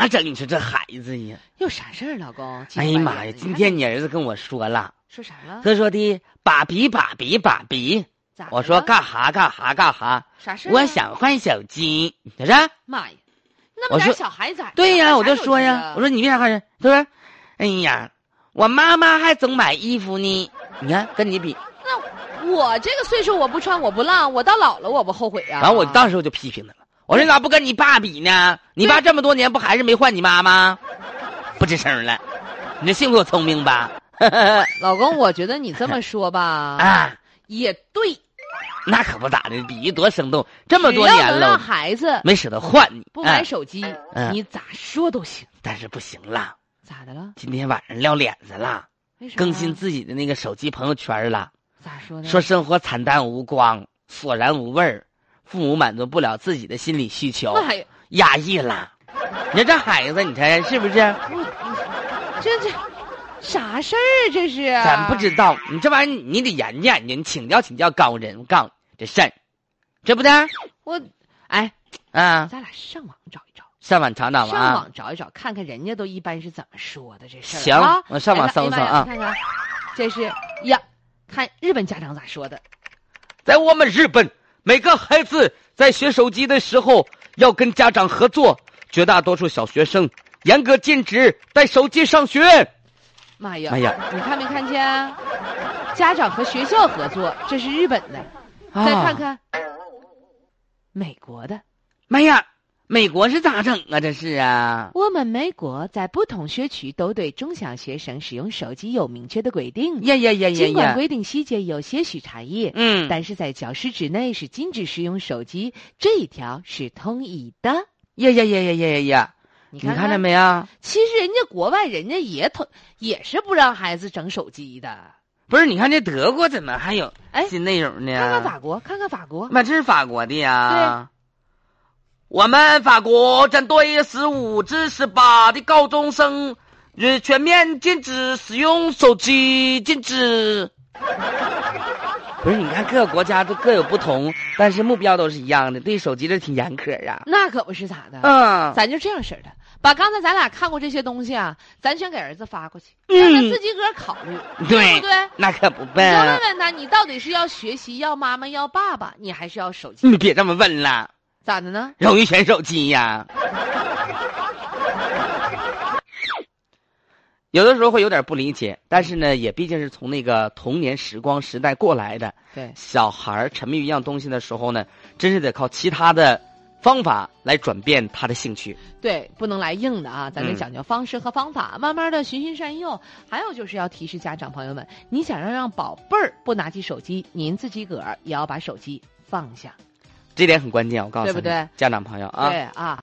咋整？你说这孩子呀， 有啥事儿，老公？ 哎呀妈呀！今天你儿子跟我说了， 说啥了？ 他说的爸比爸比爸比，我说干哈干哈干哈？ 啥事儿？ 我想换手机，他说妈呀，那么点小孩子。 对呀，我就说呀，我说你为啥换人？他说，哎呀，我妈妈还总买衣服呢，你看跟你比。 那我这个岁数我不穿我不浪，我到老了我不后悔啊。 然后我当时我就批评他了，我说你咋不跟你爸比呢？你爸这么多年不还是没换你妈吗？不吱声了，你这性格聪明吧？ 老公，我觉得你这么说吧， 啊， 也对。 那可不咋的，比喻多生动，这么多年了， 让孩子没舍得换你， 不买手机，你咋说都行。 但是不行了， 咋的了？ 今天晚上撂脸子了，更新自己的那个手机朋友圈了。 咋说呢？ 说生活惨淡无光，索然无味儿，父母满足不了自己的心理需求，压抑了。你说这孩子，你猜是不是？ 这啥事儿这是？ 咱不知道，你这玩意儿你得研究研究，你请教请教高人，我告诉你这事儿，这不的？ 我，咱俩上网找一找， 上网找找吧。 上网找一找，看看人家都一般是怎么说的这事儿。 行，我上网搜搜啊。 看看，这是呀，看日本家长咋说的。 在我们日本，每个孩子在学手机的时候要跟家长合作，绝大多数小学生严格禁止带手机上学。 妈呀！你看没看见？家长和学校合作，这是日本的。再看看美国的。 妈呀，美国是咋整啊？这是啊。 我们美国在不同学区都对中小学生使用手机有明确的规定。尽管规定细节有些许差异，但是在教室之内是禁止使用手机，这一条是统一的。你看着没有？ 其实人家国外人家也是不让孩子整手机的。 不是，你看这德国怎么还有新内容呢？ 看看法国，看看法国。 妈，这是法国的呀。 对。 我们法国针对15至18的高中生，全面禁止使用手机，禁止。不是，你看各个国家都各有不同，但是目标都是一样的，对手机这挺严苛啊。 那可不是咋的，咱就这样式的，把刚才咱俩看过这些东西啊，咱全给儿子发过去，让他自己个儿考虑，对不对？ 那可不笨。 你就问问他，你到底是要学习，要妈妈，要爸爸，你还是要手机？ 你别这么问了。 咋的呢？ 容易选手机呀。有的时候会有点不理解，但是呢，也毕竟是从那个童年时光时代过来的。 对， 小孩沉迷于一样东西的时候呢，真是得靠其他的方法来转变他的兴趣。 对，不能来硬的啊，咱得讲究方式和方法，慢慢的循循善诱。还有就是要提示家长朋友们，你想让宝贝儿不拿起手机，您自己个儿也要把手机放下。 这点很关键，我告诉你， 对不对？ 家长朋友啊， 对啊。